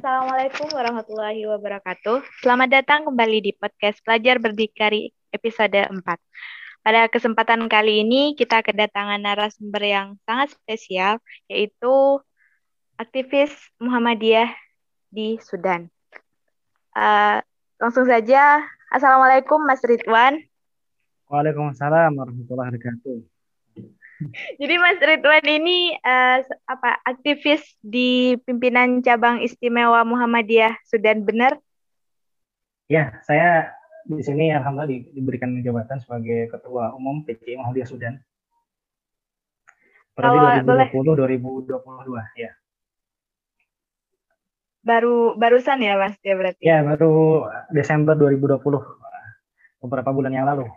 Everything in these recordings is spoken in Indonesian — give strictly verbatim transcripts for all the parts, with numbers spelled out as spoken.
Assalamualaikum warahmatullahi wabarakatuh. Selamat datang kembali di podcast Pelajar Berdikari episode empat. Pada kesempatan kali ini kita kedatangan narasumber yang sangat spesial, yaitu aktivis Muhammadiyah di Sudan. Uh, langsung saja, Assalamualaikum Mas Ridwan. Waalaikumsalam warahmatullahi wabarakatuh. Jadi Mas Ridwan ini uh, apa aktivis di pimpinan cabang istimewa Muhammadiyah Sudan, benar? Ya, saya di sini alhamdulillah di, diberikan jabatan sebagai Ketua Umum P C I Muhammadiyah Sudan periode Kalau boleh dua ribu dua puluh sampai dua ribu dua puluh dua ya. baru barusan ya Mas ya berarti. Ya, baru Desember dua ribu dua puluh, beberapa bulan yang lalu.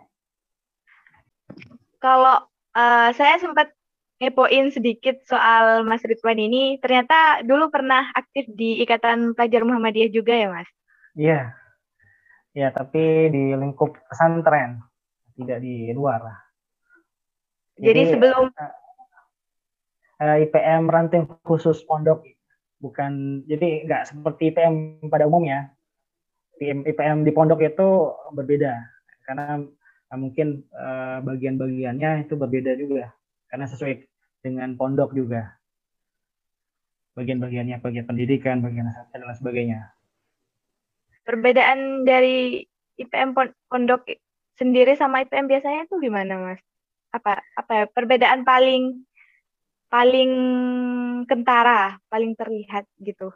Kalau uh, saya sempat ngepoin sedikit soal Mas Ridwan ini, ternyata dulu pernah aktif di Ikatan Pelajar Muhammadiyah juga ya Mas? Iya, ya tapi di lingkup pesantren, tidak di luar. Jadi Jadi sebelum uh, I P M ranting khusus pondok, bukan, jadi nggak seperti I P M pada umumnya. I P M di pondok itu berbeda karena uh, mungkin uh, bagian-bagiannya itu berbeda juga karena sesuai dengan pondok juga bagian-bagiannya, bagian pendidikan, bagian dan lain sebagainya. perbedaan dari I P M pondok sendiri sama I P M biasanya itu gimana Mas? Apa apa ya, perbedaan paling paling kentara, paling terlihat gitu?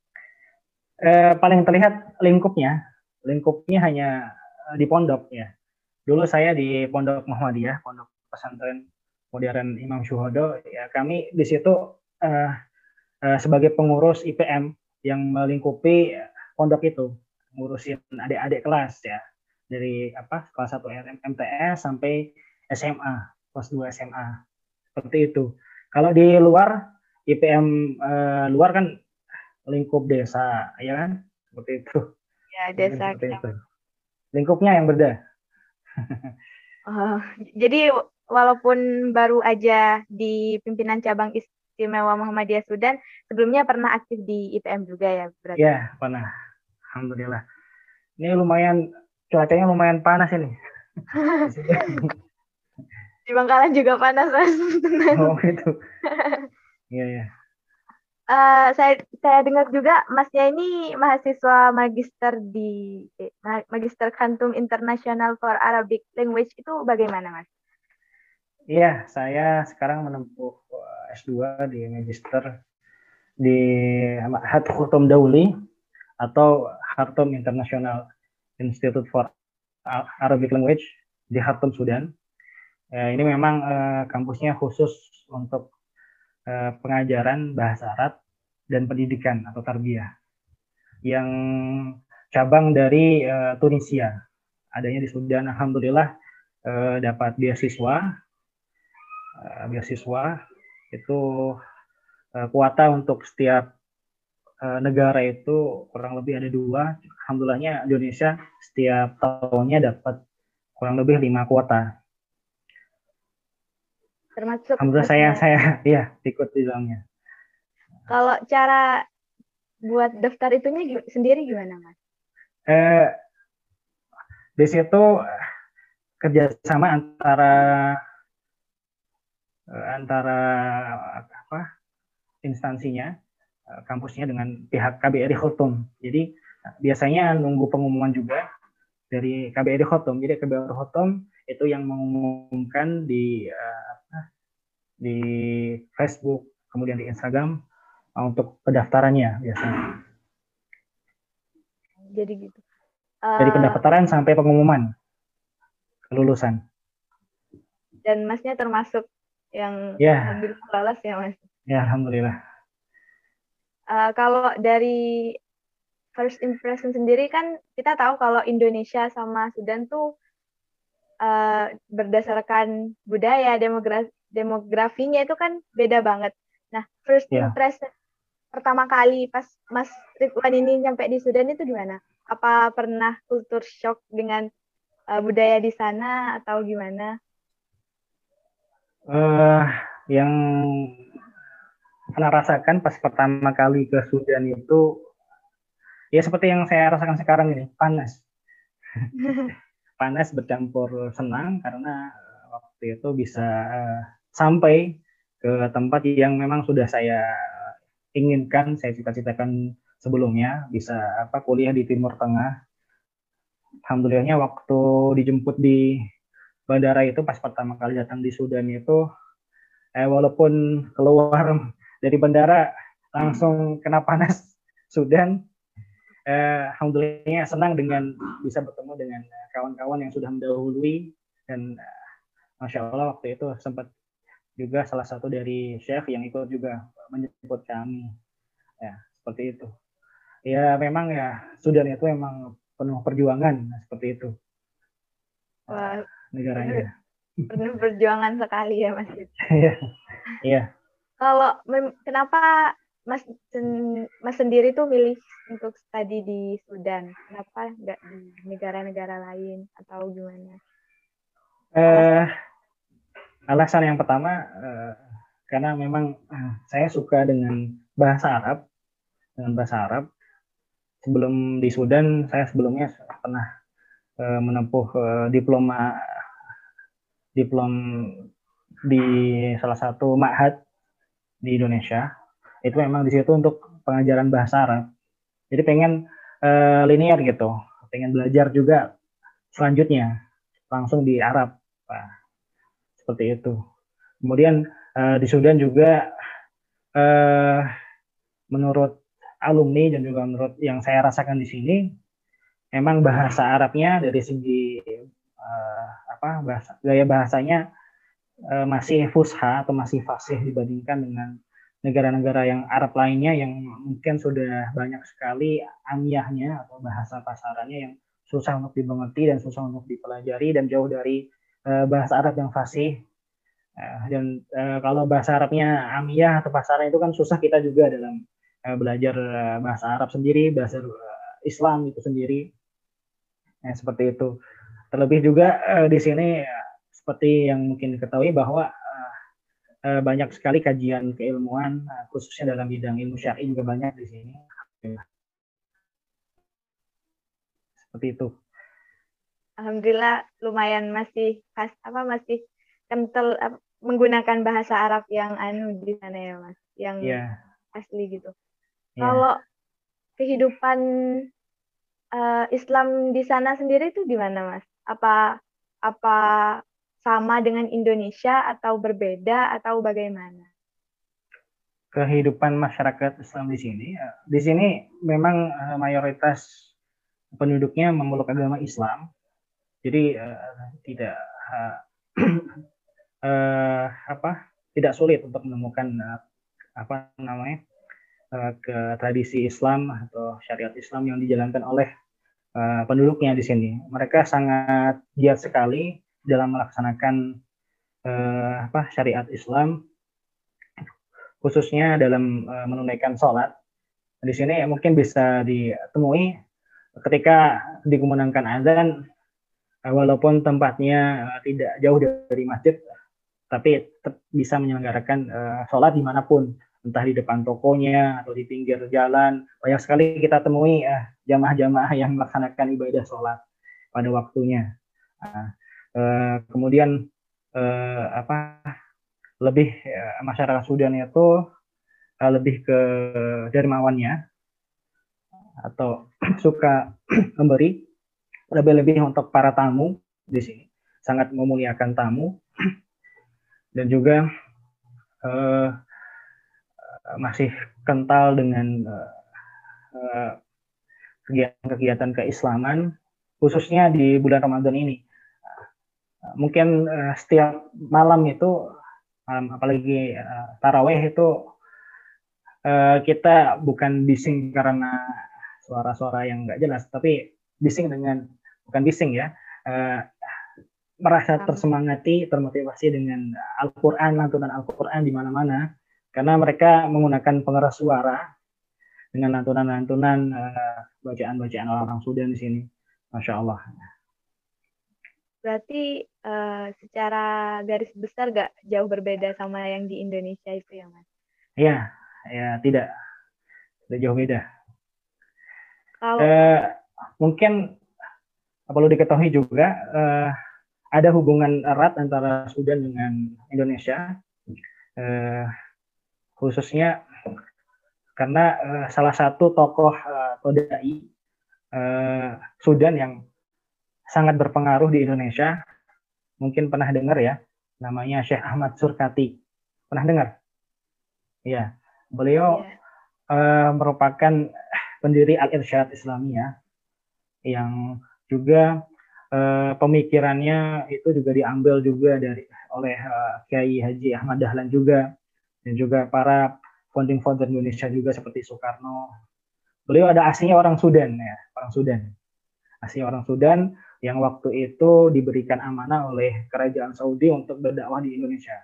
Eh, paling terlihat lingkupnya, lingkupnya hanya uh, di pondok ya. Dulu saya di Pondok Muhammadiyah, Pondok Pesantren Modern Imam Syuhada, ya kami di situ uh, uh, sebagai pengurus I P M yang melingkupi pondok itu, ngurusin adik-adik kelas ya, dari apa kelas satu M T S sampai S M A, kelas dua S M A, seperti itu. Kalau di luar I P M uh, luar kan lingkup desa ya kan, seperti itu. Ya, Mungkin desa seperti itu. kecamatan. Lingkupnya yang berbeda. Oh, jadi walaupun baru aja di pimpinan cabang istimewa Muhammadiyah Sudan, sebelumnya pernah aktif di I P M juga ya berarti. Ya, pernah. Alhamdulillah. Ini lumayan, cuacanya lumayan panas ini. Di sini. Di Bangkalan juga panas Mas. Oh gitu. Iya, ya. Eh, saya saya dengar juga Masnya ini mahasiswa magister di eh, Magister Khantum International for Arabic Language, itu bagaimana Mas? Iya, saya sekarang menempuh S dua di Magister di Ma'had Khartoum Dauli atau Khartoum International Institute for Arabic Language di Khartoum, Sudan. Eh, ini memang eh, kampusnya khusus untuk eh, pengajaran bahasa Arab dan pendidikan atau tarbiyah yang cabang dari eh, Tunisia. Adanya di Sudan, alhamdulillah eh, dapat beasiswa, eh, beasiswa itu eh, kuota untuk setiap eh, negara itu kurang lebih ada dua. Alhamdulillahnya Indonesia setiap tahunnya dapat kurang lebih lima kuota. Termasuk Alhamdulillah saya Masnya. saya ya ikut di dalamnya. Kalau cara buat daftar itunya gi- sendiri gimana Mas? Eh, di situ kerjasama antara eh, antara apa instansinya, eh, kampusnya dengan pihak K B R I Khartoum. Jadi biasanya nunggu pengumuman juga dari K B R I Khartoum. Jadi K B R I Khartoum itu yang mengumumkan di uh, di Facebook, kemudian di Instagram uh, untuk pendaftarannya biasanya. Jadi gitu. Dari Uh, pendaftaran sampai pengumuman kelulusan. dan Masnya termasuk yang Ya, alhamdulillah lolos ya Mas. ya alhamdulillah. Uh, kalau dari first impression sendiri kan kita tahu kalau Indonesia sama Sudan tuh uh, berdasarkan budaya, demografi, demografinya itu kan beda banget. Nah, first Ya. impression pertama kali pas Mas Ridwan ini nyampe di Sudan itu gimana? Apa pernah kultur shock dengan uh, budaya di sana atau gimana? Uh, yang pernah rasakan pas pertama kali ke Sudan itu Ya seperti yang saya rasakan sekarang ini, panas. Panas bercampur senang karena waktu itu bisa uh, sampai ke tempat yang memang sudah saya inginkan, saya cita-citakan sebelumnya, bisa apa kuliah di Timur Tengah. Alhamdulillahnya waktu dijemput di bandara itu pas pertama kali datang di Sudan itu, eh, walaupun keluar dari bandara langsung kena panas Sudan, eh, alhamdulillahnya senang dengan bisa bertemu dengan kawan-kawan yang sudah mendahului dan eh, masya Allah waktu itu sempat juga salah satu dari chef yang ikut juga menjemput kami, ya seperti itu. Ya memang ya Sudan itu memang penuh perjuangan seperti itu. Wah, penuh, Negaranya. penuh perjuangan sekali ya Mas. Iya, iya. Kalau kenapa Mas Mas sendiri tuh milih untuk studi di Sudan? Kenapa nggak di negara-negara lain atau gimana? Eh, alasan yang pertama eh, karena memang eh, saya suka dengan bahasa Arab, dengan bahasa Arab. Sebelum di Sudan, saya sebelumnya pernah eh, menempuh eh, diploma diplom di salah satu ma'had di Indonesia. Itu memang di situ untuk pengajaran bahasa Arab. Jadi pengen eh, linear gitu, pengen belajar juga selanjutnya langsung di Arab. Nah, seperti itu. Kemudian eh, di Sudan juga eh, menurut alumni dan juga menurut yang saya rasakan di sini, memang bahasa Arabnya dari segi eh, apa bahasa gaya bahasanya eh, masih fusha atau masih fasih dibandingkan dengan negara-negara yang Arab lainnya yang mungkin sudah banyak sekali amyahnya atau bahasa pasarannya yang susah untuk dimengerti dan susah untuk dipelajari dan jauh dari uh, bahasa Arab yang fasih. Uh, dan uh, kalau bahasa Arabnya amiyah atau pasaran itu kan susah kita juga dalam uh, belajar uh, bahasa Arab sendiri, bahasa uh, Islam itu sendiri. Ya, seperti itu. Terlebih juga uh, di sini uh, seperti yang mungkin diketahui bahwa uh, banyak sekali kajian keilmuan uh, khususnya dalam bidang ilmu syar'i juga banyak di sini. Seperti itu. Alhamdulillah lumayan masih pas apa masih kental apa, menggunakan bahasa Arab yang anu di sana ya Mas, yang Ya, asli gitu. ya. Kalau kehidupan uh, Islam di sana sendiri itu gimana Mas? Apa apa sama dengan Indonesia atau berbeda atau bagaimana? Kehidupan masyarakat Islam di sini, ya. Di sini memang uh, mayoritas penduduknya memeluk agama Islam, jadi uh, tidak uh, uh, apa tidak sulit untuk menemukan uh, apa namanya uh, ke tradisi Islam atau syariat Islam yang dijalankan oleh uh, penduduknya di sini. Mereka sangat giat sekali dalam melaksanakan uh, apa syariat Islam, khususnya dalam uh, menunaikan sholat. Di sini ya, mungkin bisa ditemui ketika dikumandangkan azan, uh, walaupun tempatnya uh, tidak jauh dari masjid, tapi tetap bisa menyelenggarakan uh, sholat dimanapun, entah di depan tokonya atau di pinggir jalan. Banyak sekali kita temui uh, jamaah-jamaah yang melaksanakan ibadah sholat pada waktunya. Uh, uh, kemudian uh, apa lebih uh, masyarakat Sudan itu uh, lebih ke dermawannya atau suka memberi lebih-lebih untuk para tamu di sini, sangat memuliakan tamu dan juga uh, masih kental dengan uh, kegiatan-kegiatan keislaman khususnya di bulan Ramadan ini. Mungkin uh, setiap malam itu malam apalagi uh, taraweh itu uh, kita bukan bising karena suara-suara yang nggak jelas, tapi bising dengan bukan bising ya, uh, merasa tersemangati, termotivasi dengan Al-Quran, lantunan Al-Quran di mana-mana, karena mereka menggunakan pengeras suara dengan lantunan-lantunan uh, bacaan-bacaan orang-orang Sudan di sini. Masya Allah. Berarti uh, secara garis besar gak jauh berbeda sama yang di Indonesia itu ya Mas? Ya, ya tidak, tidak jauh beda. Kalau Eh, Mungkin perlu diketahui juga eh, ada hubungan erat antara Sudan dengan Indonesia, eh, khususnya karena eh, salah satu tokoh eh, atau dai eh, Sudan yang sangat berpengaruh di Indonesia, mungkin pernah dengar ya, namanya Syekh Ahmad Surkati. Pernah dengar? Iya, beliau ya, eh, merupakan pendiri Al-Irsyad Islamiyah yang juga eh, pemikirannya itu juga diambil juga dari oleh eh, Kiai Haji Ahmad Dahlan juga, dan juga para founding father Indonesia juga seperti Soekarno. Beliau ada aslinya orang Sudan ya, orang Sudan. Aslinya orang Sudan yang waktu itu diberikan amanah oleh kerajaan Saudi untuk berdakwah di Indonesia.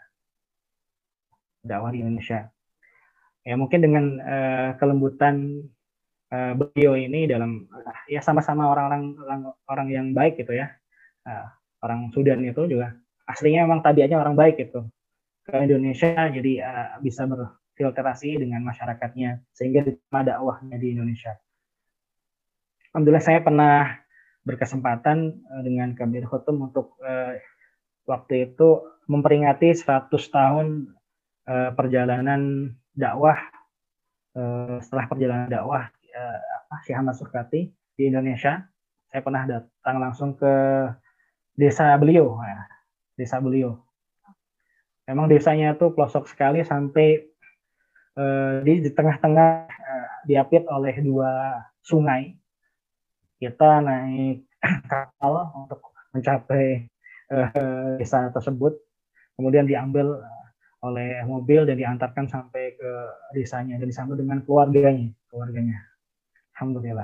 Dakwah di Indonesia. Ya mungkin dengan uh, kelembutan uh, beliau ini dalam uh, ya sama-sama orang-orang orang, orang yang baik gitu ya. Uh, orang Sudan itu juga aslinya memang tabiatnya orang baik gitu. Ke Indonesia jadi uh, bisa berfiltrasi dengan masyarakatnya sehingga diterima dakwahnya di Indonesia. Alhamdulillah saya pernah berkesempatan uh, dengan Kabir Khutum untuk uh, waktu itu memperingati seratus tahun uh, perjalanan dakwah uh, setelah perjalanan dakwah uh, Syekh Ahmad Surkati di Indonesia. Saya pernah datang langsung ke desa beliau, ya, desa beliau. Memang desanya itu pelosok sekali sampai uh, di, di tengah-tengah uh, diapit oleh dua sungai. Kita naik kapal untuk mencapai uh, desa tersebut, kemudian diambil oleh mobil dan diantarkan sampai ke desanya dan disambut dengan keluarganya, keluarganya. Alhamdulillah.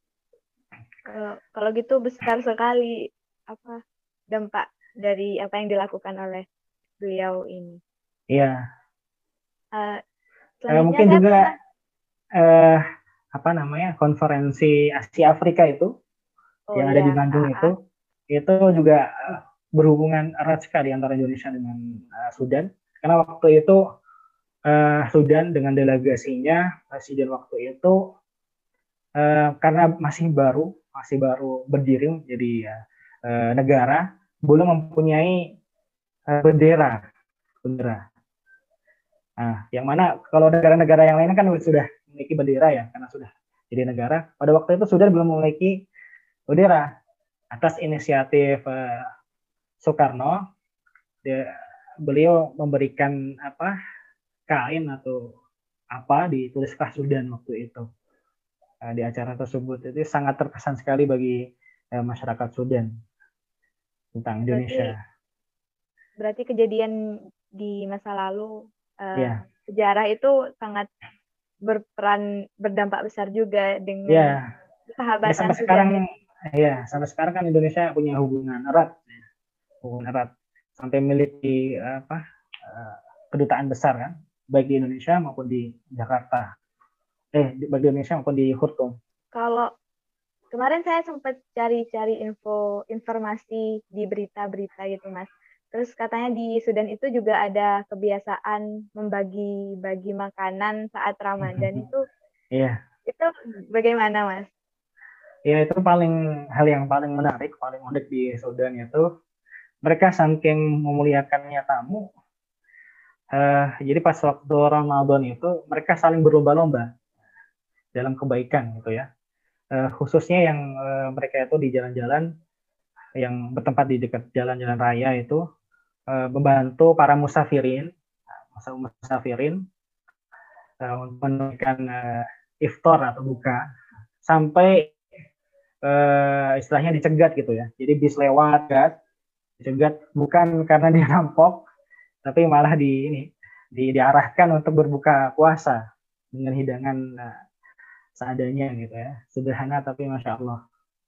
kalau kalau gitu besar sekali apa dampak dari apa yang dilakukan oleh beliau ini. Iya. Uh, Eh, selanjutnya mungkin saya juga pernah, eh, apa namanya konferensi Asia Afrika itu oh yang ada di ya, Bandung A A, itu, itu juga eh, berhubungan erat sekali antara Indonesia dengan uh, Sudan. Karena waktu itu uh, Sudan dengan delegasinya, presiden waktu itu uh, karena masih baru, masih baru berdiri jadi uh, negara, belum mempunyai uh, bendera, bendera. Nah, yang mana kalau negara-negara yang lain kan sudah memiliki bendera ya, karena sudah jadi negara. Pada waktu itu Sudan belum memiliki bendera. Atas inisiatif uh, Soekarno, dia, beliau memberikan apa kain atau apa dituliskan Sudan waktu itu uh, di acara tersebut. Itu sangat terkesan sekali bagi uh, masyarakat Sudan tentang berarti Indonesia. berarti kejadian di masa lalu, uh, Ya, sejarah itu sangat berperan berdampak besar juga dengan ya, ya sahabatan sampai Sudan sekarang dan ya sampai sekarang kan Indonesia punya hubungan erat, hubungan erat sampai memiliki apa uh, kedutaan besar kan, baik di Indonesia maupun di Jakarta. Eh, baik di Indonesia maupun di Khartoum. kalau kemarin saya sempat cari-cari info informasi di berita-berita gitu Mas. Terus katanya di Sudan itu juga ada kebiasaan membagi-bagi makanan saat Ramadan itu Iya, itu bagaimana Mas? ya itu paling hal yang paling menarik, paling unik di Sudan itu mereka saking memuliakannya tamu. Eh, jadi pas waktu Ramadan itu mereka saling berlomba-lomba dalam kebaikan gitu ya. Eh, khususnya yang eh, mereka itu di jalan-jalan yang bertempat di dekat jalan-jalan raya itu eh, membantu para musafirin, musafirin eh, untuk menunaikan eh, iftar atau buka sampai eh, istilahnya dicegat gitu ya. Jadi bis lewat, kan, dicegat bukan karena dia rampok, tapi malah di ini di, diarahkan untuk berbuka puasa dengan hidangan uh, seadanya gitu ya. Sederhana tapi masya Allah.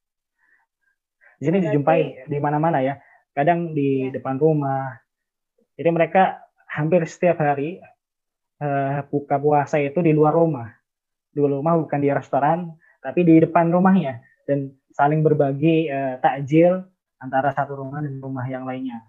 Di sini Berarti dijumpai di mana-mana ya. Kadang di ya, depan rumah. Jadi mereka hampir setiap hari uh, buka puasa itu di luar rumah. Di luar rumah bukan di restoran, tapi di depan rumahnya dan saling berbagi uh, takjil antara satu rumah dan rumah yang lainnya.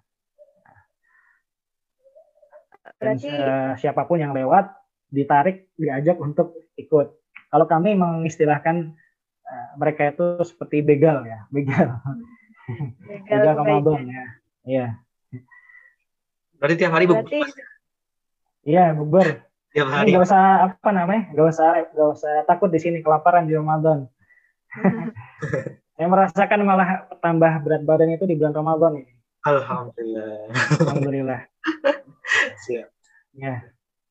Dan berarti uh, siapapun yang lewat ditarik, diajak untuk ikut. Kalau kami mengistilahkan uh, mereka itu seperti begal ya, begal, Begal begal kebaikan. Ramadan ya, iya. Berarti tiap hari Berarti bukber. Iya, bukber. Tiap Ini hari. nggak usah apa namanya, nggak usah nggak usah takut di sini kelaparan di Ramadan. Saya merasakan malah tambah berat badan itu di bulan Ramadan ini. Alhamdulillah. Alhamdulillah. Siap. Ya.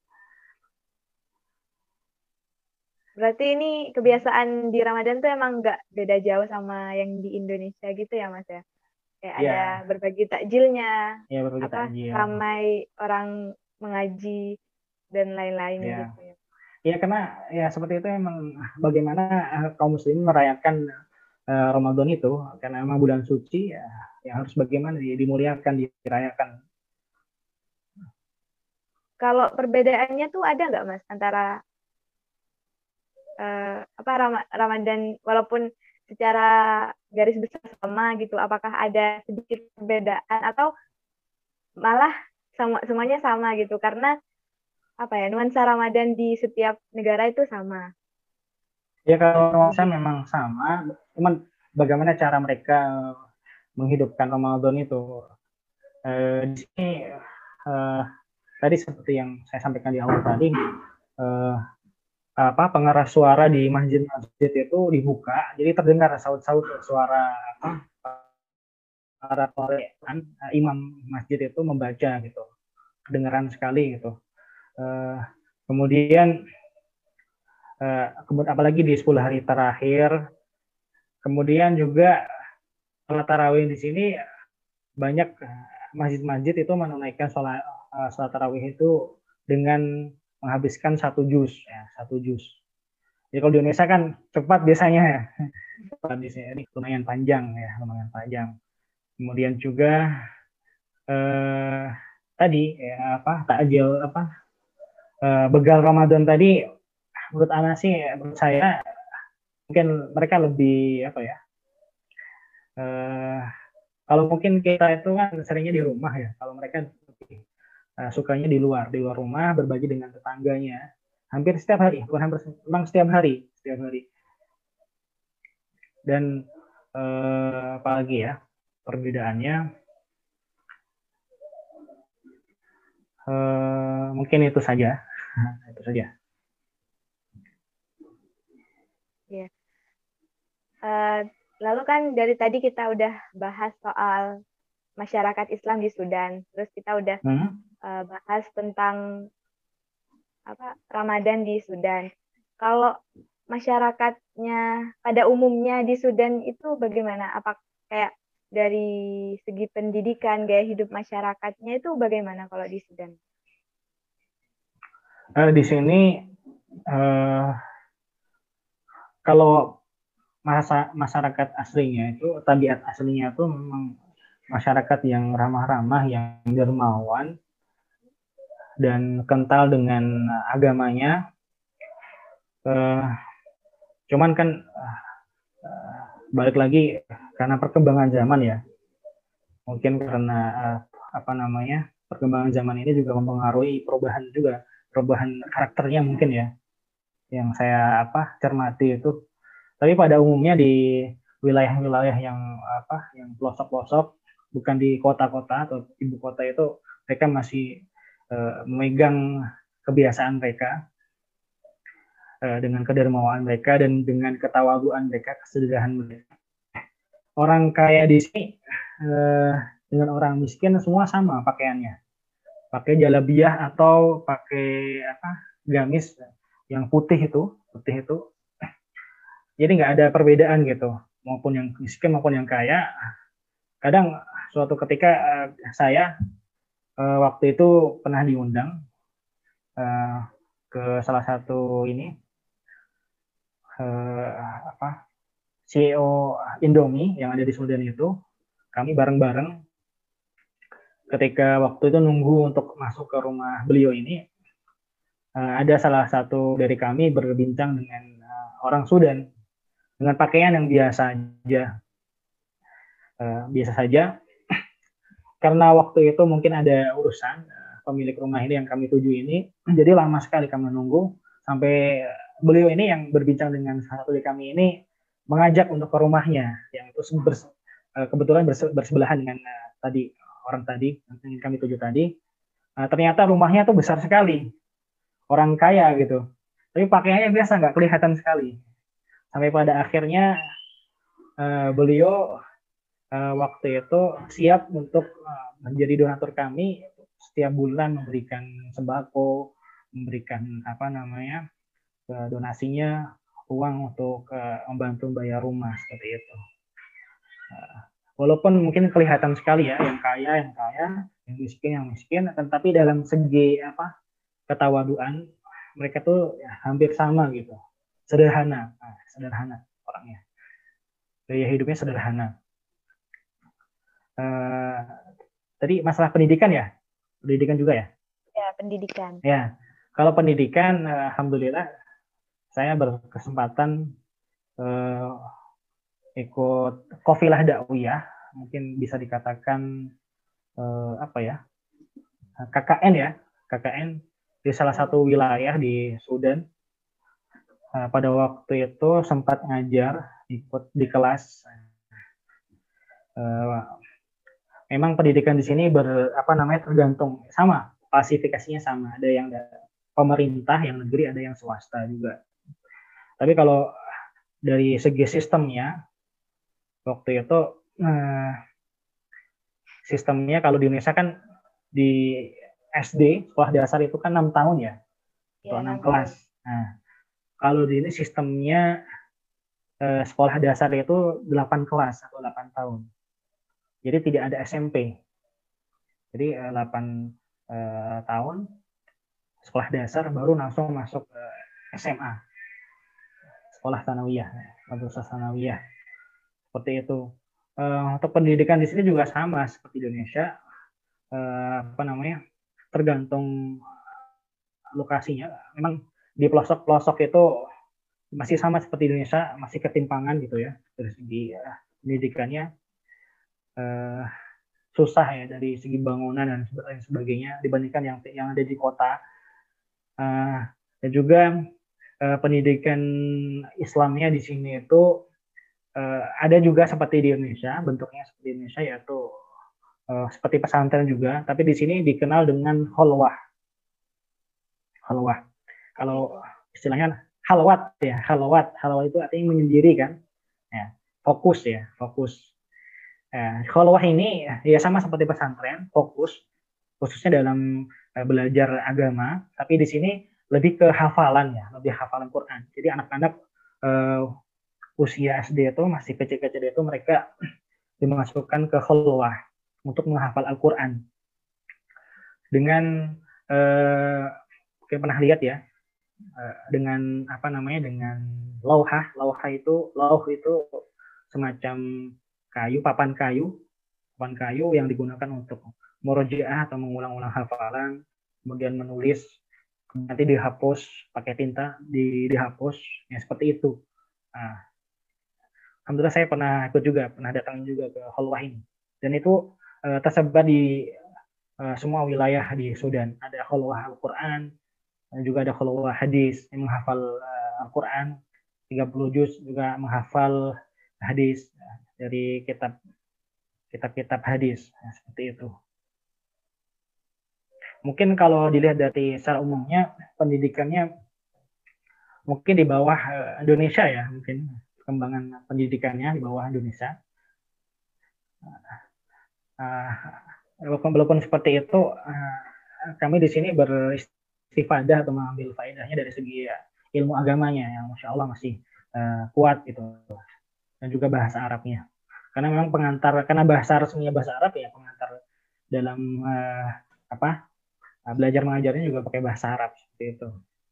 Berarti ini kebiasaan di Ramadan tuh emang nggak beda jauh sama yang di Indonesia gitu ya Mas ya? Kayak Ya. ada berbagi takjilnya, Ya, berbagi apa takjil. ramai orang mengaji dan lain-lain Ya. gitu ya. Ya, karena ya seperti itu emang bagaimana uh, kaum muslimin merayakan uh, Ramadan itu, karena memang bulan suci ya, ya harus bagaimana dimuliakan, dirayakan. Kalau perbedaannya tuh ada nggak Mas antara uh, apa Ram- Ramadan walaupun secara garis besar sama gitu, apakah ada sedikit perbedaan atau malah sama semuanya sama gitu karena apa ya nuansa Ramadan di setiap negara itu sama. Ya, kalau nuansa memang sama, cuman bagaimana cara mereka menghidupkan Ramadan itu. Eh, di sini eh, tadi seperti yang saya sampaikan di awal tadi, eh, apa pengeras suara di masjid-masjid itu dibuka, jadi terdengar saut-saut suara apa para Quran, imam masjid itu membaca gitu, kedengaran sekali gitu. Eh, kemudian eh, kemudian apalagi di sepuluh hari terakhir, kemudian juga sholat tarawih di sini banyak masjid-masjid itu menunaikan sholat, uh, sholat tarawih itu dengan menghabiskan satu juz, ya, satu juz. Jadi kalau di Indonesia kan cepat biasanya ya, di sini lumayan panjang ya, lumayan panjang. Kemudian juga eh, tadi ya, apa takjil apa eh, begal Ramadan tadi, menurut Ana sih, menurut saya mungkin mereka lebih apa ya? Eh, Kalau mungkin kita itu kan seringnya di rumah ya, kalau mereka lebih uh, sukanya di luar, di luar rumah berbagi dengan tetangganya. Hampir setiap hari, bukan hampir, memang setiap hari, setiap hari. Dan uh, apalagi ya perbedaannya, uh, mungkin itu saja, itu saja. Ya. Uh, lalu kan dari tadi kita udah bahas soal masyarakat Islam di Sudan, terus kita udah hmm? uh, bahas tentang apa Ramadan di Sudan. Kalau masyarakatnya pada umumnya di Sudan itu bagaimana? Apa kayak dari segi pendidikan, gaya hidup masyarakatnya itu bagaimana kalau di Sudan? Uh, di sini uh, kalau masa masyarakat aslinya itu, tabiat aslinya itu memang masyarakat yang ramah-ramah, yang dermawan dan kental dengan agamanya. Uh, cuman kan uh, balik lagi karena perkembangan zaman ya, mungkin karena uh, apa namanya perkembangan zaman ini juga mempengaruhi perubahan juga perubahan karakternya mungkin ya, yang saya apa cermati itu. Tapi pada umumnya di wilayah-wilayah yang apa yang pelosok-pelosok, bukan di kota-kota atau ibu kota, itu mereka masih uh, memegang kebiasaan mereka uh, dengan kedermawaan mereka dan dengan ketawaduan mereka, kesederhanaan mereka. Orang kaya di sini uh, dengan orang miskin semua sama pakaiannya, pakai jalabiah atau pakai apa gamis yang putih itu, putih itu. Jadi nggak ada perbedaan gitu, maupun yang miskin maupun yang kaya. Kadang suatu ketika uh, saya uh, waktu itu pernah diundang uh, ke salah satu ini uh, apa C E O Indomie yang ada di Sudan itu, kami bareng-bareng. Ketika waktu itu nunggu untuk masuk ke rumah beliau ini, uh, ada salah satu dari kami berbincang dengan uh, orang Sudan dengan pakaian yang biasa aja, uh, biasa saja. Karena waktu itu mungkin ada urusan uh, pemilik rumah ini yang kami tuju ini, jadi lama sekali kami menunggu sampai beliau ini yang berbincang dengan salah satu dari kami ini mengajak untuk ke rumahnya yang itu bers, uh, kebetulan bersebelahan dengan uh, tadi orang tadi yang kami tuju tadi. Uh, ternyata rumahnya tuh besar sekali, orang kaya gitu, tapi pakaiannya biasa, nggak kelihatan sekali. Sampai pada akhirnya uh, beliau uh, waktu itu siap untuk uh, menjadi donatur kami, setiap bulan memberikan sembako, memberikan apa namanya uh, donasinya, uang untuk uh, membantu bayar rumah seperti itu. Uh, walaupun mungkin kelihatan sekali ya, yang kaya yang kaya, yang miskin yang miskin, tetapi dalam segi apa ketawaduan mereka tuh ya, hampir sama gitu, sederhana, nah, sederhana orangnya, gaya hidupnya sederhana. Uh, tadi masalah pendidikan ya, pendidikan juga ya. Ya, pendidikan. Ya, kalau pendidikan, uh, alhamdulillah saya berkesempatan uh, ikut Qafilah Dakwiyah, mungkin bisa dikatakan uh, apa ya, K K N ya, K K N di salah satu wilayah di Sudan. Uh, pada waktu itu sempat ngajar, ikut di kelas. Uh, memang pendidikan di sini ber apa namanya tergantung, sama klasifikasinya sama, ada yang pemerintah, yang negeri, ada yang swasta juga. Tapi kalau dari segi sistemnya waktu itu eh, sistemnya kalau di Indonesia kan di S D sekolah dasar itu kan enam tahun ya, atau ya, enam kelas. Nah, kalau di ini sistemnya eh, sekolah dasar itu delapan kelas atau delapan tahun. Jadi tidak ada S M P. Jadi eh, delapan eh, tahun sekolah dasar baru langsung masuk ke S M A. Sekolah Tsanawiyah, madrasah Tsanawiyah. Seperti itu. Uh, untuk pendidikan di sini juga sama seperti Indonesia. Uh, apa namanya? Tergantung lokasinya. Memang di pelosok-pelosok itu masih sama seperti Indonesia, masih ketimpangan gitu ya dari segi ya, pendidikannya. Uh, susah ya dari segi bangunan dan sebagainya dibandingkan yang yang ada di kota. Uh, dan juga uh, pendidikan Islamnya di sini itu uh, ada juga seperti di Indonesia, bentuknya seperti Indonesia, yaitu uh, seperti pesantren juga, tapi di sini dikenal dengan khalwah. Khalwah. Kalau istilahnya halwat ya, halwat. Halwat itu artinya menyendiri kan. Ya, fokus ya, fokus. Nah, khalwah ini ya sama seperti pesantren, fokus, khususnya dalam uh, belajar agama, tapi di sini lebih ke hafalan ya, lebih hafalan Quran. Jadi anak-anak uh, usia S D itu masih kecil-kecil itu mereka dimasukkan ke khalwah untuk menghafal Al-Quran. Dengan uh, mungkin pernah lihat ya, uh, dengan apa namanya, dengan lauhah, lauhah itu, lauh itu semacam kayu, papan kayu, papan kayu yang digunakan untuk murojaah atau mengulang-ulang hafalan, kemudian menulis, nanti dihapus pakai tinta, di, dihapus, ya seperti itu. Nah, alhamdulillah saya pernah ikut juga, pernah datang juga ke khalwah ini, dan itu uh, tersebar di uh, semua wilayah di Sudan. Ada khalwah Al-Quran, dan juga ada khalwah hadis yang menghafal uh, Al-Quran tiga puluh juz, juga menghafal hadis dari kitab kitab-kitab hadis, nah, seperti itu. Mungkin kalau dilihat dari secara umumnya pendidikannya mungkin di bawah uh, Indonesia ya, mungkin perkembangan pendidikannya di bawah Indonesia. Uh, walaupun, walaupun seperti itu, uh, kami di sini beristifadah atau mengambil faedahnya dari segi ya, ilmu agamanya yang masya Allah masih uh, kuat gitu, dan juga bahasa Arabnya. Karena memang pengantar, karena bahasa resminya bahasa Arab ya, pengantar dalam uh, apa uh, belajar mengajarnya juga pakai bahasa Arab seperti itu.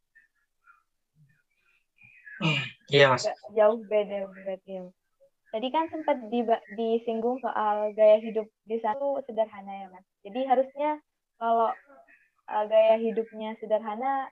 Iya Mas. Jauh beda berarti. Tadi kan sempat di, disinggung soal gaya hidup di sana itu sederhana ya Mas. Jadi harusnya kalau uh, gaya hidupnya sederhana,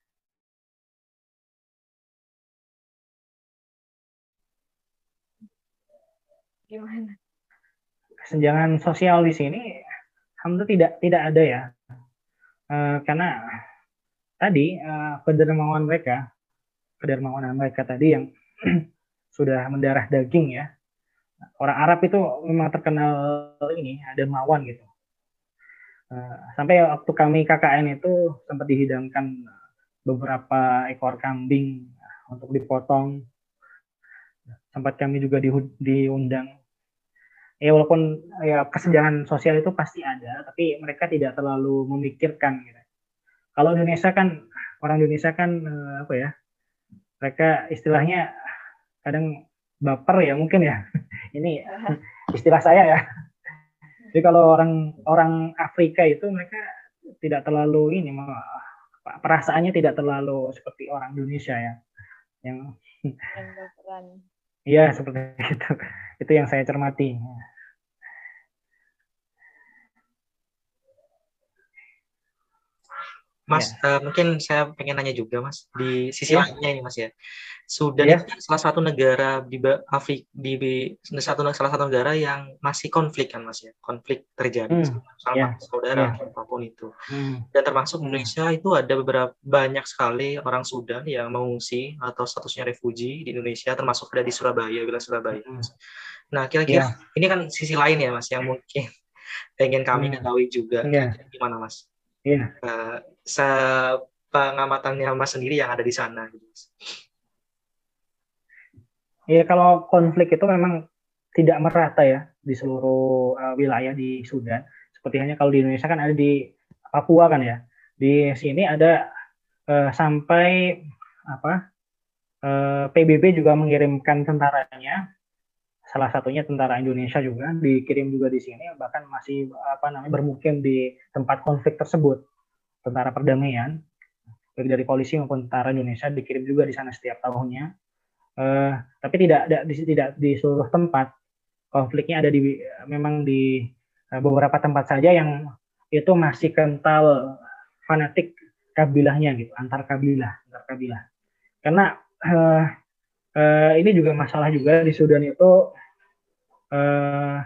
gimana? Kesenjangan sosial di sini, alhamdulillah tidak tidak ada ya, uh, karena tadi uh, kedermawanan mereka, kedermawanan mereka tadi yang sudah mendarah daging ya. Orang Arab itu memang terkenal ini dermawan gitu. Uh, sampai waktu kami K K N itu sempat dihidangkan beberapa ekor kambing untuk dipotong. Sempat kami juga di, diundang. Ya walaupun ya kesenjangan sosial itu pasti ada, tapi mereka tidak terlalu memikirkan. Gitu. Kalau Indonesia kan orang Indonesia kan uh, apa ya? Mereka istilahnya kadang baper ya mungkin ya. Ini istilah saya ya. Jadi kalau orang orang Afrika itu mereka tidak terlalu ini perasaannya tidak terlalu seperti orang Indonesia ya. Yang iya seperti itu. Itu yang saya cermati. Mas, ya. uh, mungkin saya pengen nanya juga, Mas, di sisi ya. lainnya ini, Mas ya. Sudan ya. itu salah satu negara di Afrika, di, di satu salah satu negara yang masih konflik kan, Mas ya. Konflik terjadi hmm. sama ya. saudara ya. apapun itu. Hmm. Dan termasuk hmm. Indonesia itu ada beberapa banyak sekali orang Sudan yang mengungsi atau statusnya refugi di Indonesia, termasuk ada di Surabaya, wilayah Surabaya. Hmm. Nah, kira-kira ya. ini kan sisi lain ya, Mas, yang mungkin pengen kami hmm. ketahui juga. Ya. Gimana, Mas? Iya. Uh, sepengamatannya Mas sendiri yang ada di sana. Iya, kalau konflik itu memang tidak merata ya di seluruh uh, wilayah di Sudan. Seperti hanya kalau di Indonesia kan ada di Papua kan ya. Di sini ada uh, sampai apa? Uh, P B B juga mengirimkan tentaranya. Salah satunya tentara Indonesia juga dikirim juga di sini, bahkan masih apa namanya bermukim di tempat konflik tersebut. Tentara perdamaian, baik dari polisi maupun tentara Indonesia dikirim juga di sana setiap tahunnya. Uh, tapi tidak, tidak di tidak di seluruh tempat. Konfliknya ada di memang di uh, beberapa tempat saja yang itu masih kental fanatik kabilahnya gitu, antar kabilah, antar kabilah. Karena uh, uh, ini juga masalah juga di Sudan itu uh,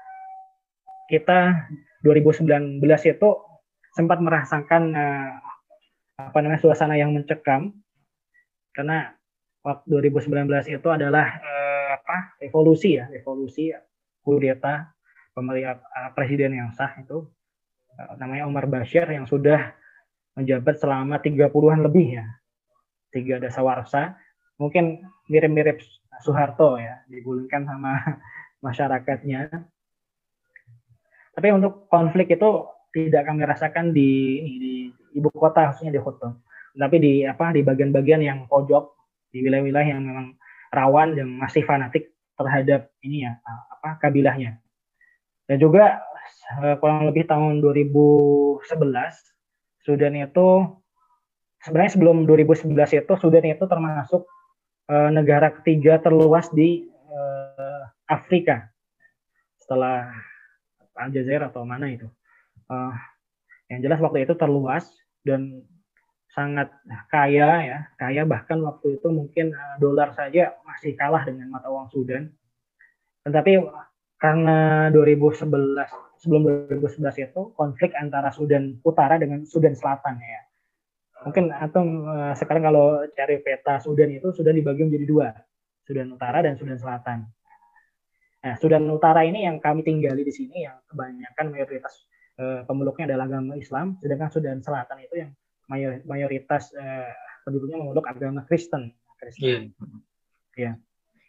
kita dua ribu sembilan belas itu sempat merasakan uh, apa namanya suasana yang mencekam karena waktu dua ribu sembilan belas itu adalah uh, apa revolusi ya revolusi kudeta pemilihan uh, presiden yang sah itu uh, namanya Omar Bashir yang sudah menjabat selama tiga puluhan lebih ya tiga dasawarsa mungkin mirip-mirip Soeharto ya digulingkan sama masyarakatnya tapi untuk konflik itu tidak kami rasakan di, di, di ibu kota khususnya di Khartoum, tapi di apa di bagian-bagian yang pojok di wilayah-wilayah yang memang rawan dan masih fanatik terhadap ini ya apa kabilahnya. Dan juga kurang lebih tahun dua ribu sebelas Sudan itu sebenarnya sebelum dua ribu sebelas itu Sudan itu termasuk uh, negara ketiga terluas di uh, Afrika setelah Aljazair atau mana itu. Uh, yang jelas waktu itu terluas dan sangat kaya ya, kaya bahkan waktu itu mungkin uh, dolar saja masih kalah dengan mata uang Sudan. Tetapi karena dua ribu sebelas sebelum dua ribu sebelas itu konflik antara Sudan Utara dengan Sudan Selatan ya. Mungkin atau uh, sekarang kalau cari peta Sudan itu sudah dibagi menjadi dua, Sudan Utara dan Sudan Selatan. Nah, Sudan Utara ini yang kami tinggali di sini yang kebanyakan mayoritas Uh, pemeluknya adalah agama Islam, sedangkan Sudan Selatan itu yang mayor, mayoritas uh, penduduknya memeluk agama Kristen. Kristen. Yeah. Ya.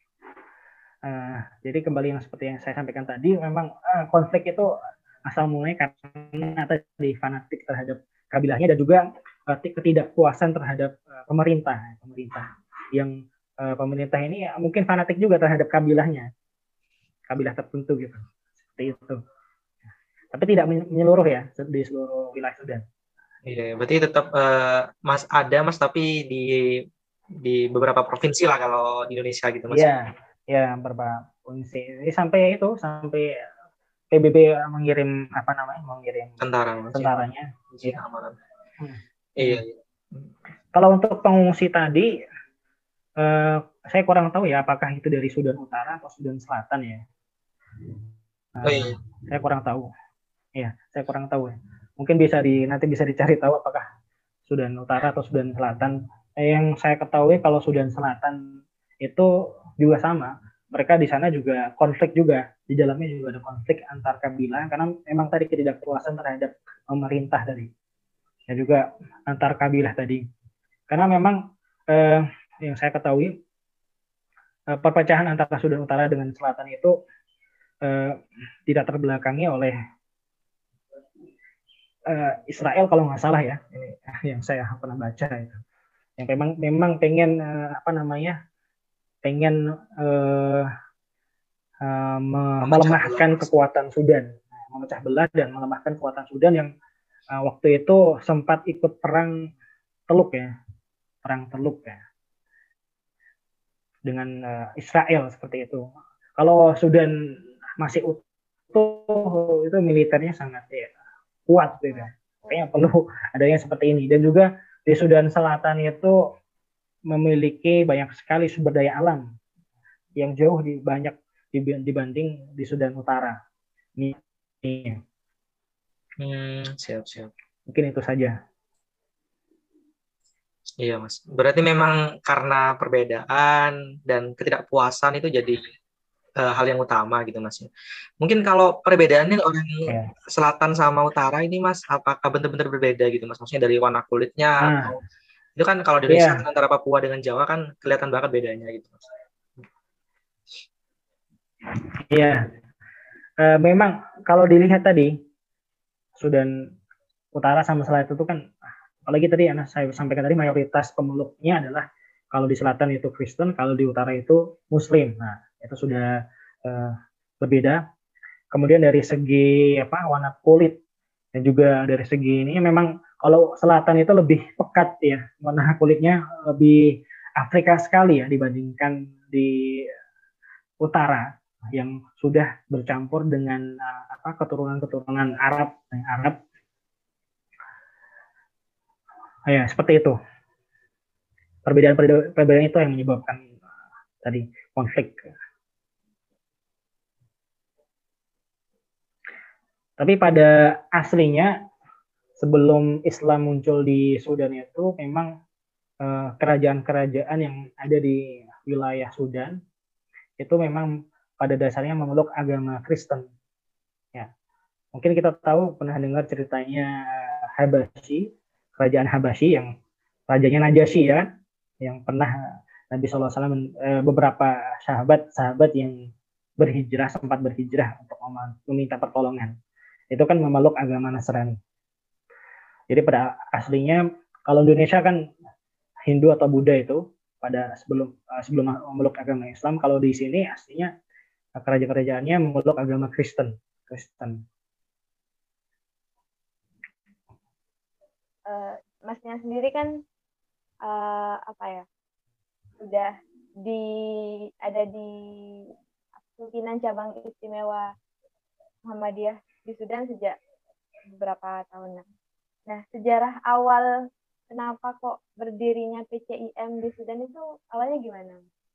Uh, jadi kembali yang seperti yang saya sampaikan tadi, memang uh, konflik itu asal mulai karena tadi fanatik terhadap kabilahnya dan juga uh, ketidakpuasan terhadap uh, pemerintah, pemerintah yang uh, pemerintah ini ya, mungkin fanatik juga terhadap kabilahnya, kabilah tertentu gitu, seperti itu. Tapi tidak menyeluruh ya di seluruh wilayah Sudan. Iya, berarti tetap uh, mas ada mas tapi di di beberapa provinsi lah kalau di Indonesia gitu mas. Iya, ya beberapa provinsi. Jadi sampai itu sampai P B B mengirim apa namanya mengirim tentara mas, tentaranya. Ya. Hmm. Iya. Kalau untuk pengungsi tadi, uh, saya kurang tahu ya apakah itu dari Sudan Utara atau Sudan Selatan ya. Uh, oh, iya. Saya kurang tahu. Ya, saya kurang tahu ya. Mungkin bisa di nanti bisa dicari tahu apakah Sudan Utara atau Sudan Selatan. Eh, yang saya ketahui kalau Sudan Selatan itu juga sama. Mereka di sana juga konflik juga, di dalamnya juga ada konflik antar kabilah karena memang tadi ketidakpuasan terhadap pemerintah tadi, dan juga antar kabilah tadi. Karena memang eh, yang saya ketahui eh, perpecahan antara Sudan Utara dengan Selatan itu eh, tidak terbelakangi oleh eh, Israel kalau nggak salah ya, ini yang saya pernah baca itu. Yang memang memang pengen eh, apa namanya pengen eh, uh, melemahkan kekuatan Sudan, memecah belah dan melemahkan kekuatan Sudan yang uh, waktu itu sempat ikut perang Teluk ya, perang Teluk ya, dengan uh, Israel seperti itu. Kalau Sudan masih utuh, itu militernya sangat ya, kuat gitu. Kayaknya perlu adanya seperti ini. Dan juga di Sudan Selatan itu memiliki banyak sekali sumber daya alam yang jauh di banyak dibanding di Sudan Utara. Ini, ini. Hmm, siap siap. Mungkin itu saja. Iya Mas. Berarti memang karena perbedaan dan ketidakpuasan itu jadi uh, hal yang utama gitu Mas. Mungkin kalau perbedaannya orang yeah. selatan sama utara ini Mas, apakah benar-benar berbeda gitu Mas? Maksudnya dari warna kulitnya nah, atau itu kan kalau di Indonesia yeah. antara Papua dengan Jawa kan kelihatan banget bedanya gitu Mas. Iya, uh, memang kalau dilihat tadi Sudan Utara sama Selatan itu kan, apalagi tadi anak saya sampaikan tadi mayoritas pemeluknya adalah kalau di selatan itu Kristen, kalau di utara itu Muslim. Nah, itu sudah uh, berbeda. Kemudian dari segi apa warna kulit dan juga dari segi ini memang kalau selatan itu lebih pekat ya, warna kulitnya lebih Afrika sekali ya dibandingkan di utara yang sudah bercampur dengan uh, apa keturunan-keturunan Arab, Arab. Ya, seperti itu. Perbedaan-perbedaan itu yang menyebabkan uh, tadi konflik. Tapi pada aslinya sebelum Islam muncul di Sudan itu memang uh, kerajaan-kerajaan yang ada di wilayah Sudan itu memang pada dasarnya memeluk agama Kristen. Ya, mungkin kita tahu pernah dengar ceritanya Habasyi, kerajaan Habasyi yang rajanya Najasyi ya, yang pernah Nabi shallallahu alaihi wasallam beberapa sahabat-sahabat yang berhijrah sempat berhijrah untuk meminta pertolongan. Itu kan memeluk agama Nasrani. Jadi pada aslinya kalau Indonesia kan Hindu atau Buddha itu pada sebelum sebelum memeluk agama Islam, kalau di sini aslinya kerajaan-kerajaannya memeluk agama Kristen. Kristen. Uh, masnya sendiri kan uh, apa ya sudah di ada di pimpinan cabang istimewa Muhammadiyah di Sudan sejak beberapa tahun. Nah, sejarah awal kenapa kok berdirinya P C I M di Sudan itu awalnya gimana?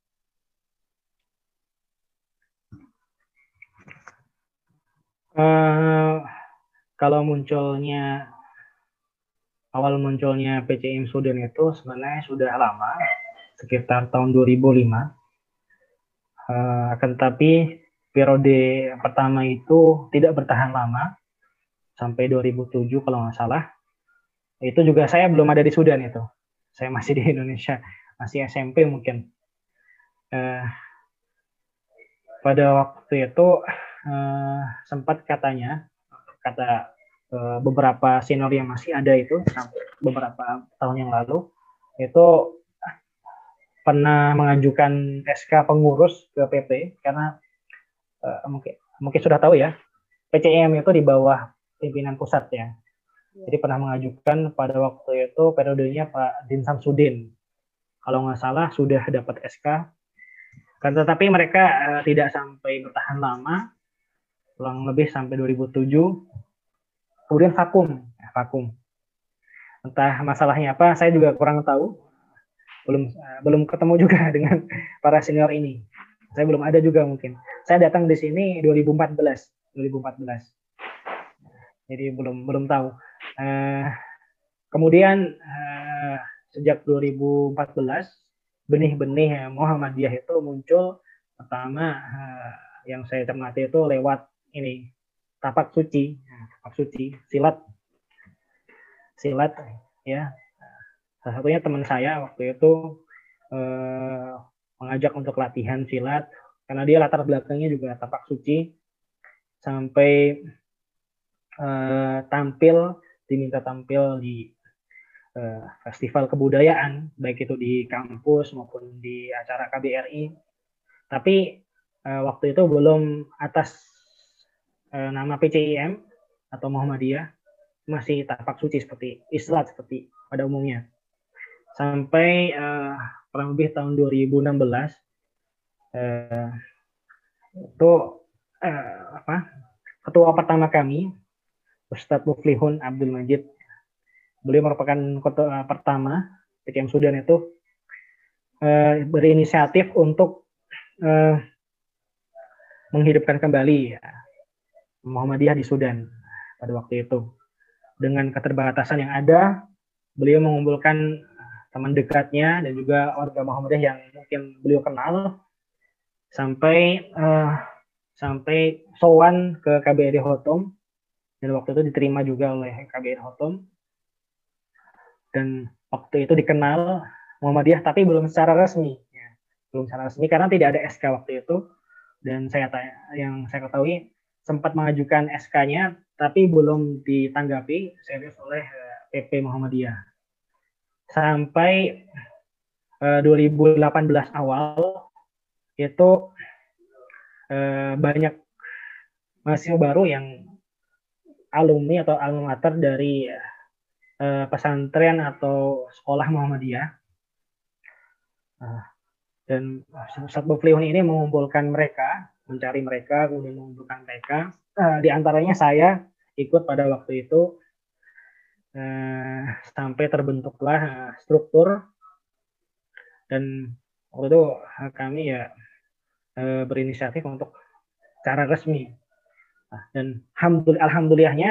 Uh, kalau munculnya awal munculnya P C I M Sudan itu sebenarnya sudah lama, sekitar tahun dua ribu lima. Uh, akan tetapi periode pertama itu tidak bertahan lama sampai dua ribu tujuh kalau nggak salah. Itu juga saya belum ada di Sudan itu. Saya masih di Indonesia, masih S M P mungkin. Uh, pada waktu itu uh, sempat katanya kata uh, beberapa senior yang masih ada itu beberapa tahun yang lalu itu pernah mengajukan S K pengurus ke P P karena uh, mungkin mungkin sudah tahu ya P C I M itu di bawah pimpinan pusat ya. Jadi pernah mengajukan pada waktu itu periodenya Pak Din Samsudin. Kalau nggak salah sudah dapat S K. Kan tetapi mereka uh, tidak sampai bertahan lama, kurang lebih sampai dua ribu tujuh. Kemudian vakum, ya, vakum. Entah masalahnya apa, saya juga kurang tahu. Belum uh, belum ketemu juga dengan para senior ini. Saya belum ada juga mungkin. Saya datang di sini dua ribu empat belas. Jadi belum belum tahu. Uh, kemudian uh, sejak dua ribu empat belas benih-benih Muhammadiyah itu muncul pertama uh, yang saya cermati itu lewat ini tapak suci, tapak suci, silat, silat ya. Salah satunya teman saya waktu itu uh, mengajak untuk latihan silat karena dia latar belakangnya juga tapak suci, sampai uh, tampil diminta tampil di uh, festival kebudayaan baik itu di kampus maupun di acara K B R I. Tapi uh, waktu itu belum atas uh, nama P C I M atau Muhammadiyah, masih tapak suci seperti Islam seperti pada umumnya. Sampai uh, kurang lebih tahun dua ribu enam belas uh, itu uh, apa ketua pertama kami Ustadz Muflihun Abdul Majid, beliau merupakan ketua pertama P C M Sudan itu uh, berinisiatif untuk uh, menghidupkan kembali ya, Muhammadiyah di Sudan pada waktu itu. Dengan keterbatasan yang ada, beliau mengumpulkan teman dekatnya dan juga warga Muhammadiyah yang mungkin beliau kenal sampai uh, sampai sowan ke K B R I Khartoum, dan waktu itu diterima juga oleh K B R I Khartoum, dan waktu itu dikenal Muhammadiyah tapi belum secara resmi ya. belum secara resmi karena tidak ada S K waktu itu, dan saya tanya, yang saya ketahui sempat mengajukan S K-nya tapi belum ditanggapi serius oleh P P Muhammadiyah sampai uh, dua ribu delapan belas awal itu uh, banyak mahasiswa baru yang alumni atau alma mater dari uh, pesantren atau sekolah Muhammadiyah, uh, dan Ustadz Muflihun ini mengumpulkan mereka, mencari mereka, kemudian mengumpulkan mereka. Uh, di antaranya saya ikut pada waktu itu, uh, sampai terbentuklah uh, struktur, dan waktu itu uh, kami ya uh, berinisiatif untuk secara resmi. Nah, dan alhamdulillah, alhamdulillahnya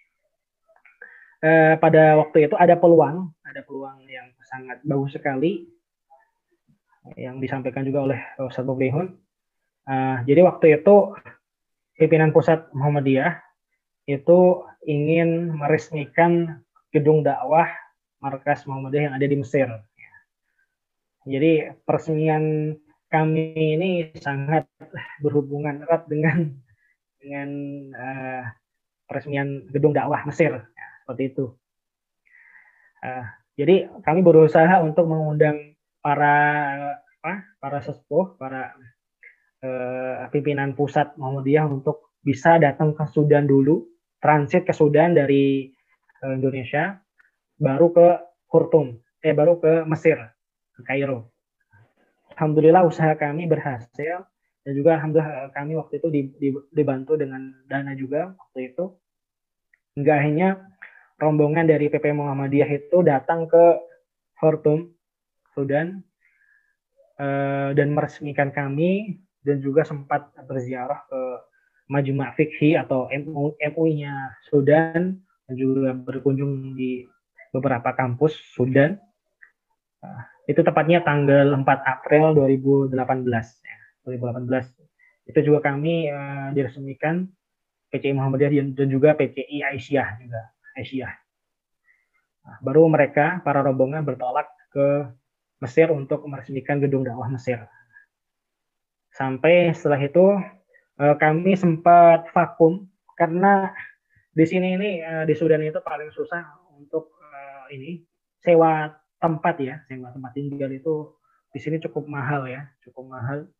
uh, pada waktu itu ada peluang, ada peluang yang sangat bagus sekali yang disampaikan juga oleh Ustadz Muflihun. Uh, jadi waktu itu pimpinan pusat Muhammadiyah itu ingin meresmikan gedung dakwah markas Muhammadiyah yang ada di Mesir. Jadi peresmian kami ini sangat berhubungan erat dengan dengan uh, peresmian gedung dakwah Mesir, ya, seperti itu. Uh, jadi kami berusaha untuk mengundang para apa, para sesepuh, para uh, pimpinan pusat Muhammadiyah untuk bisa datang ke Sudan dulu, transit ke Sudan dari uh, Indonesia, baru ke Khartoum, eh baru ke Mesir, ke Kairo. Alhamdulillah usaha kami berhasil, dan juga alhamdulillah kami waktu itu dibantu dengan dana juga waktu itu. Hingga akhirnya rombongan dari P P Muhammadiyah itu datang ke Khartoum, Sudan, eh, dan meresmikan kami, dan juga sempat berziarah ke Majma' Fikhi atau M U I-nya Sudan, dan juga berkunjung di beberapa kampus Sudan. Nah, itu tepatnya tanggal empat April dua ribu delapan belas. Ya, dua ribu delapan belas. Itu juga kami uh, diresmikan P C I Muhammadiyah dan juga P C I Aisyah juga. Aisyah. Nah, baru mereka, para rombongan bertolak ke Mesir untuk meresmikan gedung dakwah Mesir. Sampai setelah itu uh, kami sempat vakum karena di sini ini uh, di Sudan itu paling susah untuk uh, ini sewa tempat ya, sewa tempat tinggal itu di sini cukup mahal ya, cukup mahal.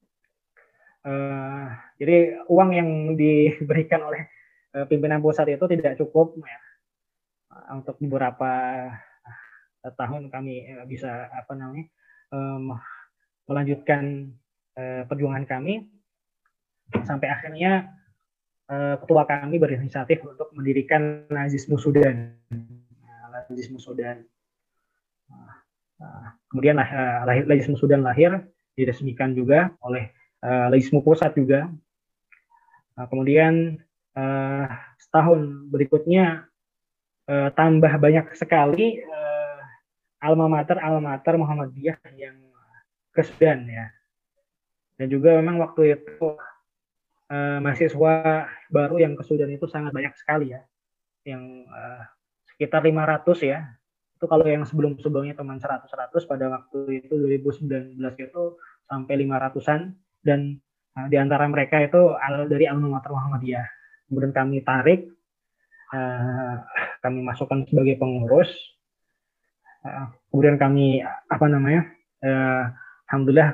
Uh, jadi uang yang diberikan oleh uh, pimpinan pusat itu tidak cukup ya, uh, untuk beberapa uh, tahun kami uh, bisa apa namanya um, melanjutkan uh, perjuangan kami, sampai akhirnya uh, ketua kami berinisiatif untuk mendirikan Lajismu Sudan, nah, Lajismu Sudan. Nah, kemudian uh, lahir Lajismu Sudan lahir, diresmikan juga oleh uh, Lajismu Pusat juga. Nah, kemudian uh, setahun berikutnya uh, tambah banyak sekali uh, alma mater alma mater Muhammadiyah yang ke Sudan ya. Dan juga memang waktu itu uh, mahasiswa baru yang ke Sudan itu sangat banyak sekali ya, yang uh, sekitar lima ratus ya. Itu kalau yang sebelum-sebelumnya teman seratus seratus, pada waktu itu dua ribu sembilan belas itu sampai lima ratusan, dan uh, di antara mereka itu dari alma mater Muhammadiyah. Kemudian kami tarik, uh, kami masukkan sebagai pengurus. Uh, kemudian kami apa namanya? Uh, Alhamdulillah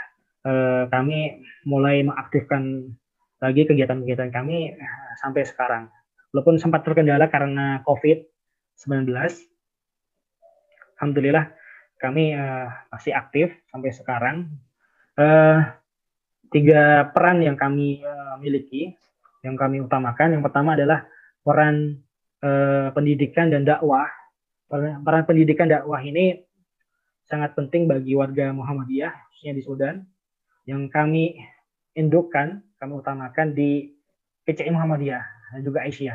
uh, kami mulai mengaktifkan lagi kegiatan-kegiatan kami uh, sampai sekarang. Walaupun sempat terkendala karena covid sembilan belas, alhamdulillah kami uh, masih aktif sampai sekarang. Uh, tiga peran yang kami uh, miliki, yang kami utamakan. Yang pertama adalah peran uh, pendidikan dan dakwah. Peran, peran pendidikan dakwah ini sangat penting bagi warga Muhammadiyah, khususnya di Sudan, yang kami indukkan, kami utamakan di P C I Muhammadiyah dan juga Aisyah.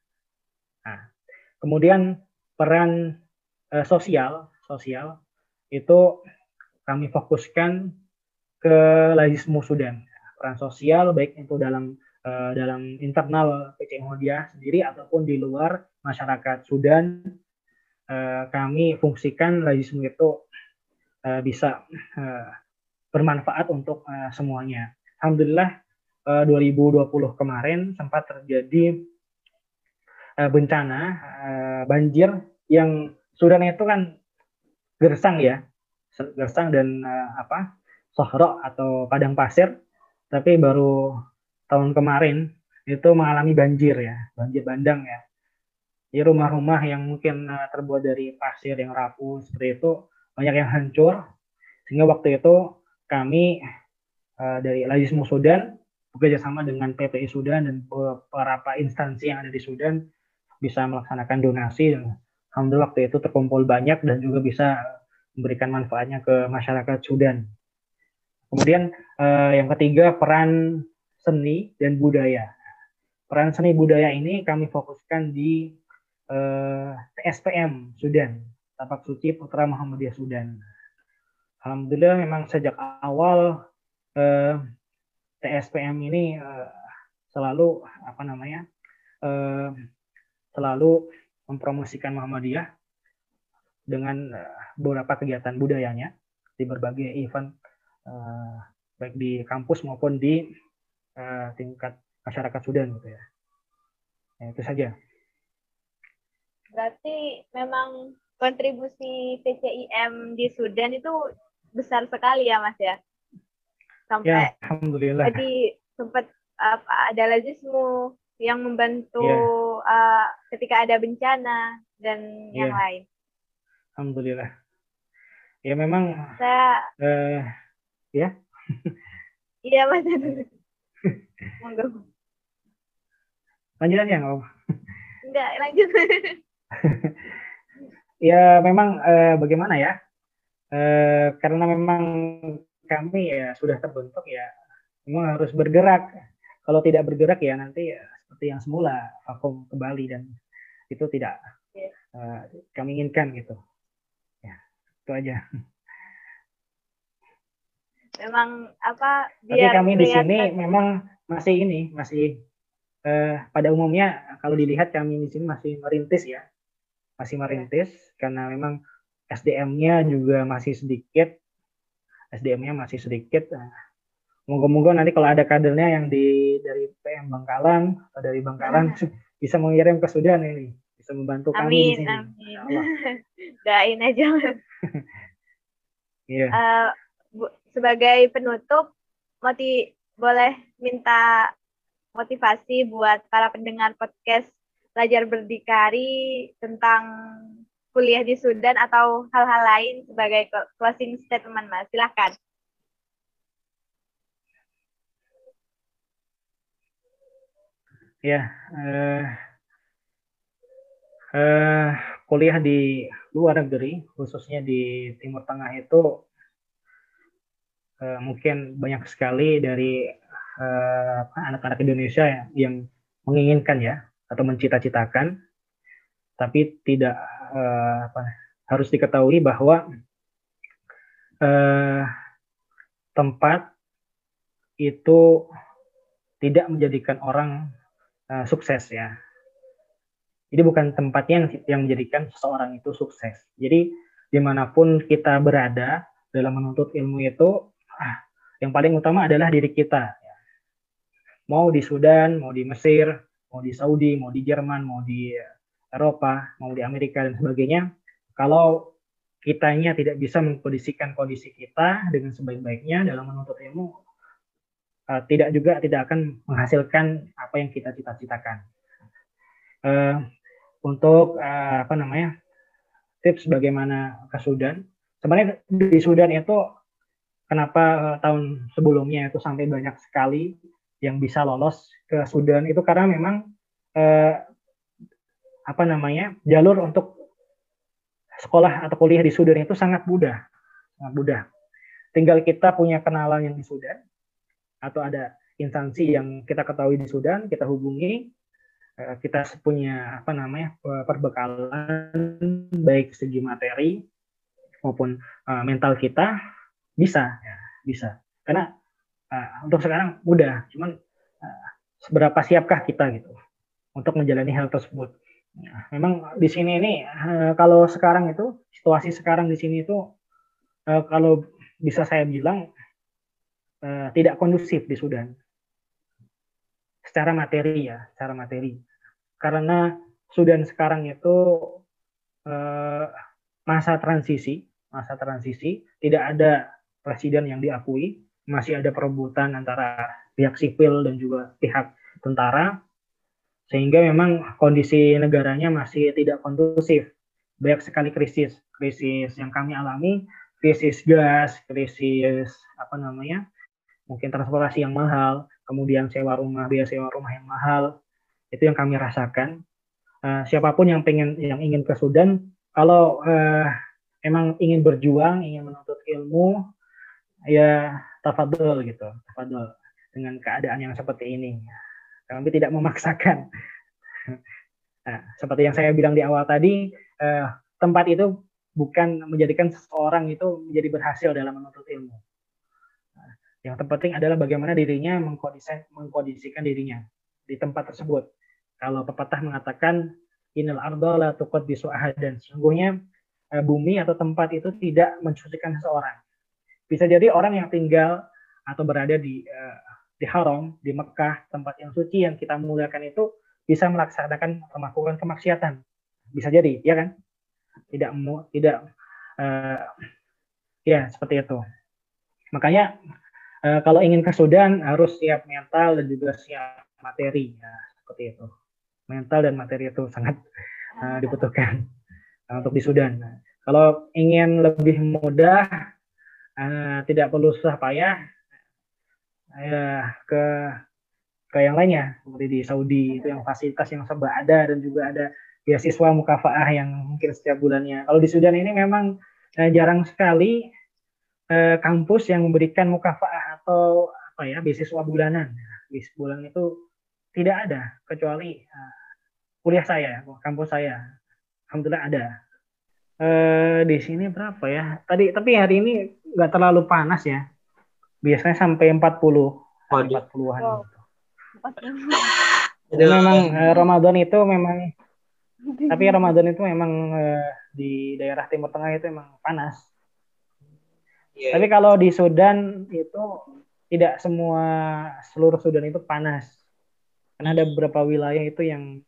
Nah, kemudian peran uh, sosial, sosial itu kami fokuskan ke Lazismu Sudan. Peran sosial baik itu dalam uh, dalam internal P C I Muhammadiyah sendiri ataupun di luar masyarakat Sudan, uh, kami fungsikan Lazismu itu uh, bisa uh, bermanfaat untuk uh, semuanya. Alhamdulillah uh, dua ribu dua puluh kemarin sempat terjadi uh, bencana uh, banjir yang Sudan itu kan gersang ya, gersang dan uh, apa sohro atau padang pasir, tapi baru tahun kemarin itu mengalami banjir ya, banjir bandang ya. Di rumah-rumah yang mungkin uh, terbuat dari pasir yang rapuh seperti itu banyak yang hancur, sehingga waktu itu kami uh, dari Lazismu Sudan bekerja sama dengan P P I Sudan dan beberapa instansi yang ada di Sudan bisa melaksanakan donasi, dan alhamdulillah waktu itu terkumpul banyak dan juga bisa memberikan manfaatnya ke masyarakat Sudan. Kemudian uh, yang ketiga, peran seni dan budaya. Peran seni budaya ini kami fokuskan di uh, T S P M Sudan, Tapak Suci Putra Muhammadiyah Sudan. Alhamdulillah memang sejak awal uh, T S P M ini uh, selalu apa namanya uh, selalu mempromosikan Muhammadiyah dengan uh, beberapa kegiatan budayanya di berbagai event, uh, baik di kampus maupun di uh, tingkat masyarakat Sudan gitu ya. Nah, itu saja. Berarti memang kontribusi P C I M di Sudan itu besar sekali ya Mas ya? Sampai ya, alhamdulillah. Jadi sempat uh, ada Lazismu yang membantu yeah. uh, ketika ada bencana dan yeah. yang lain. Alhamdulillah. Ya memang. Saya. Uh, ya. Iya Mas. Monggo. Lanjut aja nggak apa-apa. Enggak, lanjut. Ya memang uh, bagaimana ya? Uh, karena memang kami ya sudah terbentuk ya, memang harus bergerak. Kalau tidak bergerak ya nanti ya, seperti yang semula vakum kembali, dan itu tidak yeah. uh, kami inginkan gitu. Ya, itu aja. Memang apa? Biar Tapi kami di sini memang masih ini masih uh, pada umumnya kalau dilihat kami di sini masih merintis ya, masih merintis yeah. karena memang S D M-nya juga masih sedikit, S D M-nya masih sedikit. Nah, moga-moga nanti kalau ada kadernya yang di dari P M Bangkalan atau dari Bangkalan nah. bisa mengirim ke Sudan ini, bisa membantu amin, kami di sini. Amin. Doain aja. Iya. uh, bu, sebagai penutup, moti boleh minta motivasi buat para pendengar podcast Pelajar Berdikari tentang kuliah di Sudan atau hal-hal lain sebagai closing statement, Mas. Silahkan. Ya, uh, uh, kuliah di luar negeri, khususnya di Timur Tengah itu uh, mungkin banyak sekali dari uh, anak-anak Indonesia ya, yang menginginkan ya atau mencita-citakan, tapi tidak uh, apa, harus diketahui bahwa uh, tempat itu tidak menjadikan orang uh, sukses ya. Jadi bukan tempatnya yang, yang menjadikan seseorang itu sukses. Jadi dimanapun kita berada dalam menuntut ilmu itu, ah, yang paling utama adalah diri kita. Mau di Sudan, mau di Mesir, mau di Saudi, mau di Jerman, mau di Eropa, mau di Amerika dan sebagainya. Kalau kitanya tidak bisa mengkondisikan kondisi kita dengan sebaik-baiknya dalam menuntut ilmu, uh, tidak juga tidak akan menghasilkan apa yang kita cita-citakan. Uh, untuk uh, apa namanya tips bagaimana ke Sudan. Sebenarnya di Sudan itu kenapa uh, tahun sebelumnya itu sampai banyak sekali yang bisa lolos ke Sudan itu karena memang uh, apa namanya jalur untuk sekolah atau kuliah di Sudan itu sangat mudah, sangat mudah. Tinggal kita punya kenalan yang di Sudan atau ada instansi yang kita ketahui di Sudan, kita hubungi, kita punya apa namanya perbekalan baik segi materi maupun uh, mental kita bisa ya, bisa karena uh, untuk sekarang mudah, cuman uh, seberapa siapkah kita gitu untuk menjalani hal tersebut. Nah, memang di sini ini uh, kalau sekarang itu situasi sekarang di sini itu uh, kalau bisa saya bilang uh, tidak kondusif di Sudan secara materi ya, secara materi. Karena Sudan sekarang itu uh, masa transisi, masa transisi, tidak ada presiden yang diakui, masih ada perebutan antara pihak sipil dan juga pihak tentara. Sehingga memang kondisi negaranya masih tidak kondusif. Banyak sekali krisis, krisis yang kami alami, krisis gas, krisis apa namanya, mungkin transportasi yang mahal, kemudian sewa rumah, biaya sewa rumah yang mahal, itu yang kami rasakan. Uh, siapapun yang pengen, yang ingin ke Sudan, kalau uh, emang ingin berjuang, ingin menuntut ilmu, ya tafadhol gitu, tafadhol dengan keadaan yang seperti ini. Kami tidak memaksakan. Nah, seperti yang saya bilang di awal tadi, eh, tempat itu bukan menjadikan seseorang itu menjadi berhasil dalam menuntut ilmu. Nah, yang terpenting adalah bagaimana dirinya mengkondisikan, mengkondisikan dirinya di tempat tersebut. Kalau pepatah mengatakan innal arda la tuqaddisu ahadan, sesungguhnya eh, bumi atau tempat itu tidak mensucikan seseorang. Bisa jadi orang yang tinggal atau berada di eh, di Haram, di Mekah, tempat yang suci yang kita muliakan itu bisa melaksanakan melakukan kemaksiatan. Bisa jadi, ya kan? Tidak tidak uh, ya seperti itu. Makanya uh, kalau ingin ke Sudan harus siap mental dan juga siap materi, ya, seperti itu. Mental dan materi itu sangat uh, dibutuhkan uh, untuk di Sudan. Nah, kalau ingin lebih mudah, uh, tidak perlu susah payah, uh, ke ke yang lainnya seperti di Saudi itu yang fasilitas yang serba ada dan juga ada beasiswa mukafaah yang mungkin setiap bulannya. Kalau di Sudan ini memang eh, jarang sekali eh, kampus yang memberikan mukafaah atau apa ya beasiswa bulanan. Beasiswa bulanan itu tidak ada kecuali eh, kuliah saya, kampus saya. Alhamdulillah ada. Eh, di sini berapa ya? Tadi tapi hari ini nggak terlalu panas ya. Biasanya sampai empat puluh, empat puluhan. Wow. Jadi memang uh, Ramadan itu memang tapi Ramadan itu memang uh, di daerah Timur Tengah itu memang panas. Yeah. Tapi kalau di Sudan itu tidak semua seluruh Sudan itu panas. Karena ada beberapa wilayah itu yang